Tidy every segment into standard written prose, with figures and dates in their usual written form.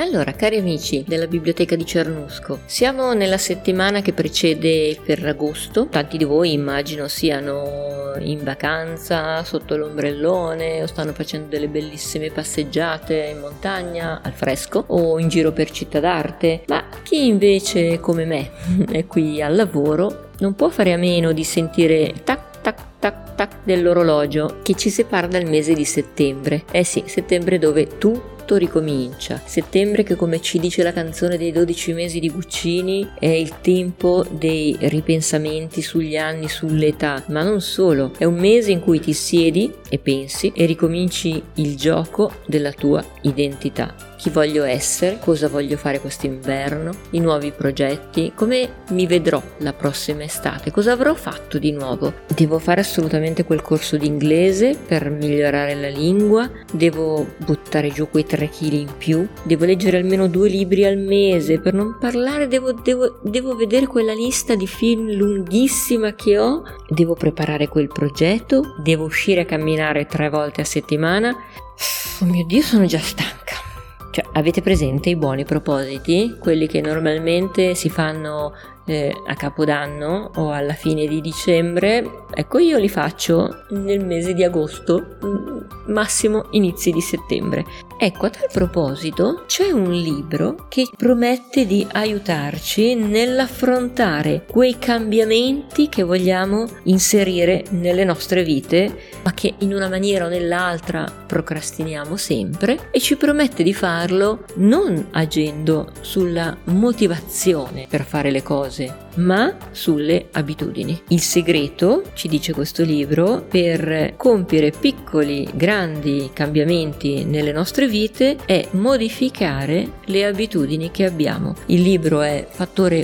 Allora, cari amici della biblioteca di Cernusco, siamo nella settimana che precede il Ferragosto. Tanti di voi immagino siano in vacanza sotto l'ombrellone o stanno facendo delle bellissime passeggiate in montagna al fresco o in giro per città d'arte, ma chi invece come me è qui al lavoro non può fare a meno di sentire tac tac tac tac dell'orologio che ci separa dal mese di settembre. Sì, settembre dove tutto ricomincia. Settembre che, come ci dice la canzone dei 12 mesi di Guccini, è il tempo dei ripensamenti sugli anni, sull'età, ma non solo. È un mese in cui ti siedi e pensi e ricominci il gioco della tua identità. Chi voglio essere, cosa voglio fare quest'inverno, i nuovi progetti, come mi vedrò la prossima estate, cosa avrò fatto di nuovo. Devo fare assolutamente quel corso di inglese per migliorare la lingua, devo buttare giù quei 3 kg in più, devo leggere almeno 2 libri al mese, per non parlare devo vedere quella lista di film lunghissima che ho, devo preparare quel progetto, devo uscire a camminare 3 volte a settimana. Oh mio Dio, sono già stanca. Cioè, avete presente i buoni propositi? Quelli che normalmente si fanno a Capodanno o alla fine di dicembre? Ecco, io li faccio nel mese di agosto, massimo inizi di settembre. Ecco, a tal proposito c'è un libro che promette di aiutarci nell'affrontare quei cambiamenti che vogliamo inserire nelle nostre vite, ma che in una maniera o nell'altra procrastiniamo sempre, e ci promette di farlo non agendo sulla motivazione per fare le cose, ma sulle abitudini. Il segreto, ci dice questo libro, per compiere piccoli, grandi cambiamenti nelle nostre vite è modificare le abitudini che abbiamo. Il libro è Fattore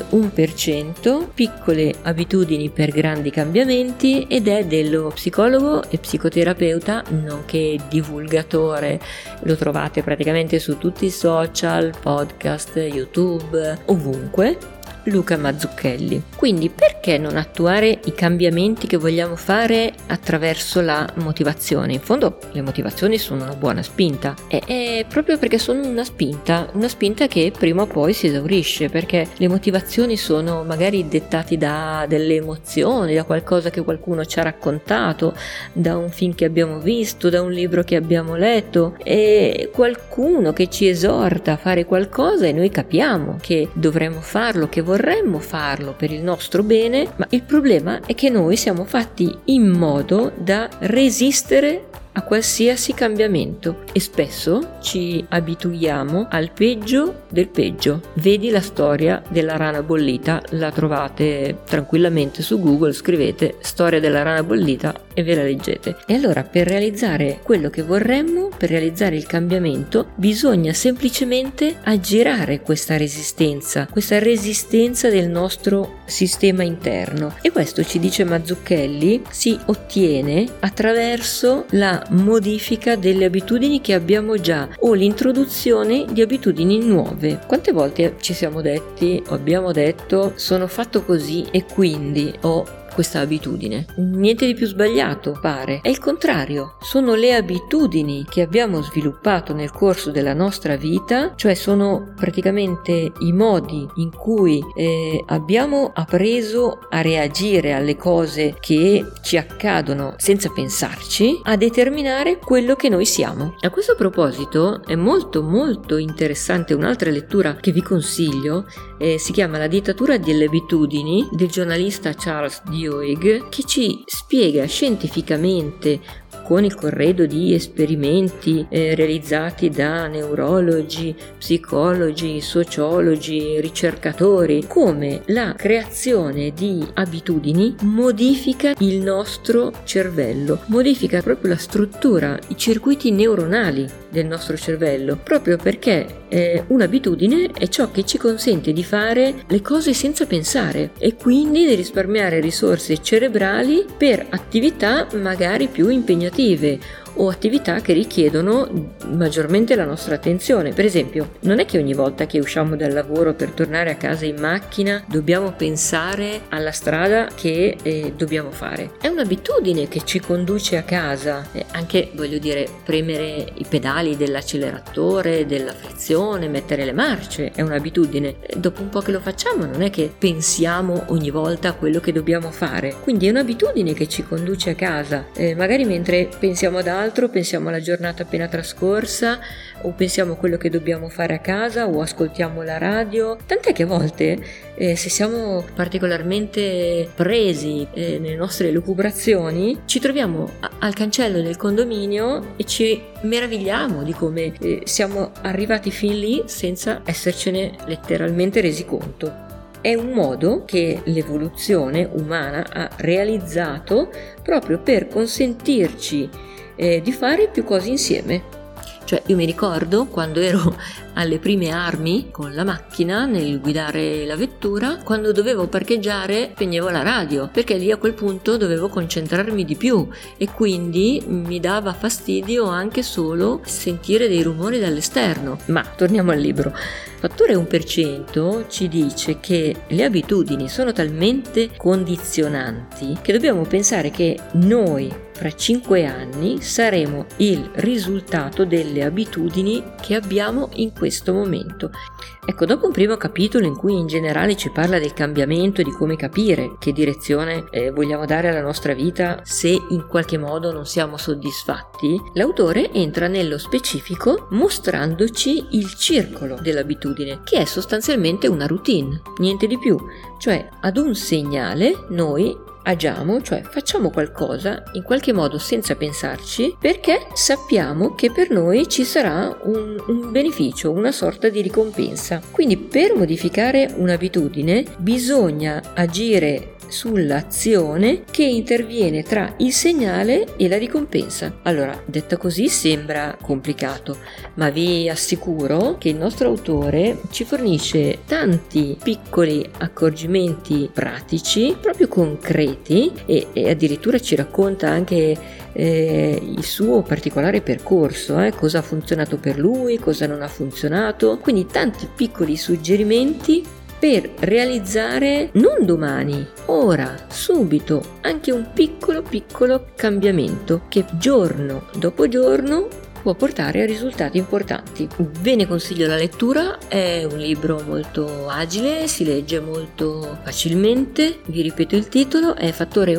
1%, piccole abitudini per grandi cambiamenti, ed è dello psicologo e psicoterapeuta, nonché divulgatore. Lo trovate praticamente su tutti i social, podcast, YouTube, ovunque. Luca Mazzucchelli. Quindi perché non attuare i cambiamenti che vogliamo fare attraverso la motivazione? In fondo le motivazioni sono una buona spinta, è proprio perché sono una spinta che prima o poi si esaurisce, perché le motivazioni sono magari dettate da delle emozioni, da qualcosa che qualcuno ci ha raccontato, da un film che abbiamo visto, da un libro che abbiamo letto, e qualcuno che ci esorta a fare qualcosa e noi capiamo che dovremmo farlo, che vorremmo farlo per il nostro bene, ma il problema è che noi siamo fatti in modo da resistere a qualsiasi cambiamento e spesso ci abituiamo al peggio del peggio. Vedi la storia della rana bollita, la trovate tranquillamente su Google, scrivete storia della rana bollita e ve la leggete. E allora, per realizzare quello che vorremmo, per realizzare il cambiamento, bisogna semplicemente aggirare questa resistenza del nostro sistema interno, e questo, ci dice Mazzucchelli, si ottiene attraverso la modifica delle abitudini che abbiamo già o l'introduzione di abitudini nuove. Quante volte ci siamo detti o abbiamo detto sono fatto così e quindi ho questa abitudine? Niente di più sbagliato, pare. È il contrario, sono le abitudini che abbiamo sviluppato nel corso della nostra vita, cioè sono praticamente i modi in cui abbiamo appreso a reagire alle cose che ci accadono senza pensarci, a determinare quello che noi siamo. A questo proposito è molto molto interessante un'altra lettura che vi consiglio, si chiama La dittatura delle abitudini, del giornalista Charles Duhigg, che ci spiega scientificamente, con il corredo di esperimenti realizzati da neurologi, psicologi, sociologi, ricercatori, come la creazione di abitudini modifica il nostro cervello, modifica proprio la struttura, i circuiti neuronali del nostro cervello, proprio perché un'abitudine è ciò che ci consente di fare le cose senza pensare e quindi di risparmiare risorse cerebrali per attività magari più impegnative o attività che richiedono maggiormente la nostra attenzione. Per esempio, non è che ogni volta che usciamo dal lavoro per tornare a casa in macchina dobbiamo pensare alla strada che dobbiamo fare. È un'abitudine che ci conduce a casa, anche premere i pedali dell'acceleratore, della frizione, mettere le marce, è un'abitudine. Dopo un po' che lo facciamo non è che pensiamo ogni volta a quello che dobbiamo fare, quindi è un'abitudine che ci conduce a casa. Magari mentre pensiamo ad altro, pensiamo alla giornata appena trascorsa, o pensiamo a quello che dobbiamo fare a casa, o ascoltiamo la radio. Tant'è che a volte se siamo particolarmente presi nelle nostre lucubrazioni, ci troviamo al cancello del condominio e ci meravigliamo di come siamo arrivati fin lì senza essercene letteralmente resi conto. È un modo che l'evoluzione umana ha realizzato proprio per consentirci di fare più cose insieme. Cioè, io mi ricordo quando ero alle prime armi con la macchina nel guidare la vettura, quando dovevo parcheggiare spegnevo la radio, perché lì a quel punto dovevo concentrarmi di più e quindi mi dava fastidio anche solo sentire dei rumori dall'esterno. Ma torniamo al libro. Fattore 1% ci dice che le abitudini sono talmente condizionanti che dobbiamo pensare che noi fra 5 anni saremo il risultato delle abitudini che abbiamo in questo momento. Ecco, dopo un primo capitolo in cui in generale ci parla del cambiamento e di come capire che direzione vogliamo dare alla nostra vita se in qualche modo non siamo soddisfatti, l'autore entra nello specifico mostrandoci il circolo dell'abitudine, che è sostanzialmente una routine, niente di più. Cioè, ad un segnale noi agiamo, cioè facciamo qualcosa in qualche modo senza pensarci, perché sappiamo che per noi ci sarà un beneficio, una sorta di ricompensa. Quindi per modificare un'abitudine bisogna agire sull'azione che interviene tra il segnale e la ricompensa. Allora, detta così sembra complicato, ma vi assicuro che il nostro autore ci fornisce tanti piccoli accorgimenti pratici, proprio concreti, e addirittura ci racconta anche il suo particolare percorso, cosa ha funzionato per lui, cosa non ha funzionato, quindi tanti piccoli suggerimenti per realizzare non domani, ora, subito, anche un piccolo cambiamento che giorno dopo giorno può portare a risultati importanti. Ve ne consiglio la lettura, è un libro molto agile, si legge molto facilmente. Vi ripeto il titolo, è Fattore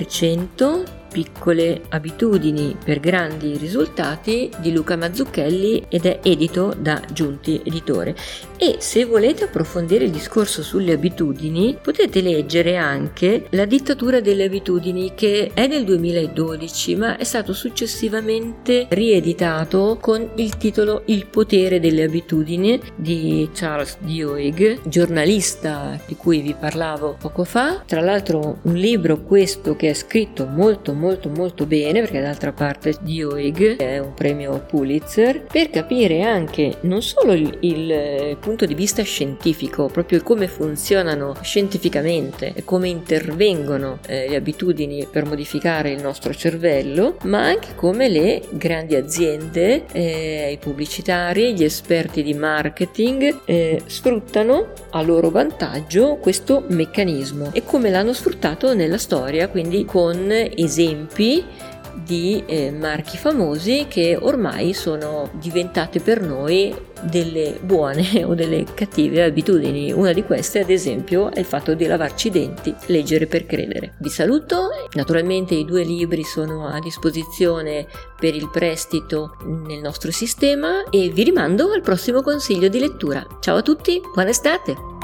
1%, piccole abitudini per grandi risultati, di Luca Mazzucchelli, ed è edito da Giunti Editore. E se volete approfondire il discorso sulle abitudini, potete leggere anche La dittatura delle abitudini, che è del 2012 ma è stato successivamente rieditato con il titolo Il potere delle abitudini di Charles Duhigg, giornalista di cui vi parlavo poco fa. Tra l'altro un libro questo che è scritto molto bene, perché d'altra parte Duhigg è un premio Pulitzer, per capire anche non solo il punto di vista scientifico, proprio come funzionano scientificamente e come intervengono le abitudini per modificare il nostro cervello, ma anche come le grandi aziende, i pubblicitari, gli esperti di marketing sfruttano a loro vantaggio questo meccanismo e come l'hanno sfruttato nella storia, quindi con esempi di marchi famosi che ormai sono diventate per noi delle buone o delle cattive abitudini. Una di queste, ad esempio, è il fatto di lavarci i denti. Leggere per credere. Vi saluto, naturalmente i 2 libri sono a disposizione per il prestito nel nostro sistema e vi rimando al prossimo consiglio di lettura. Ciao a tutti, buona estate!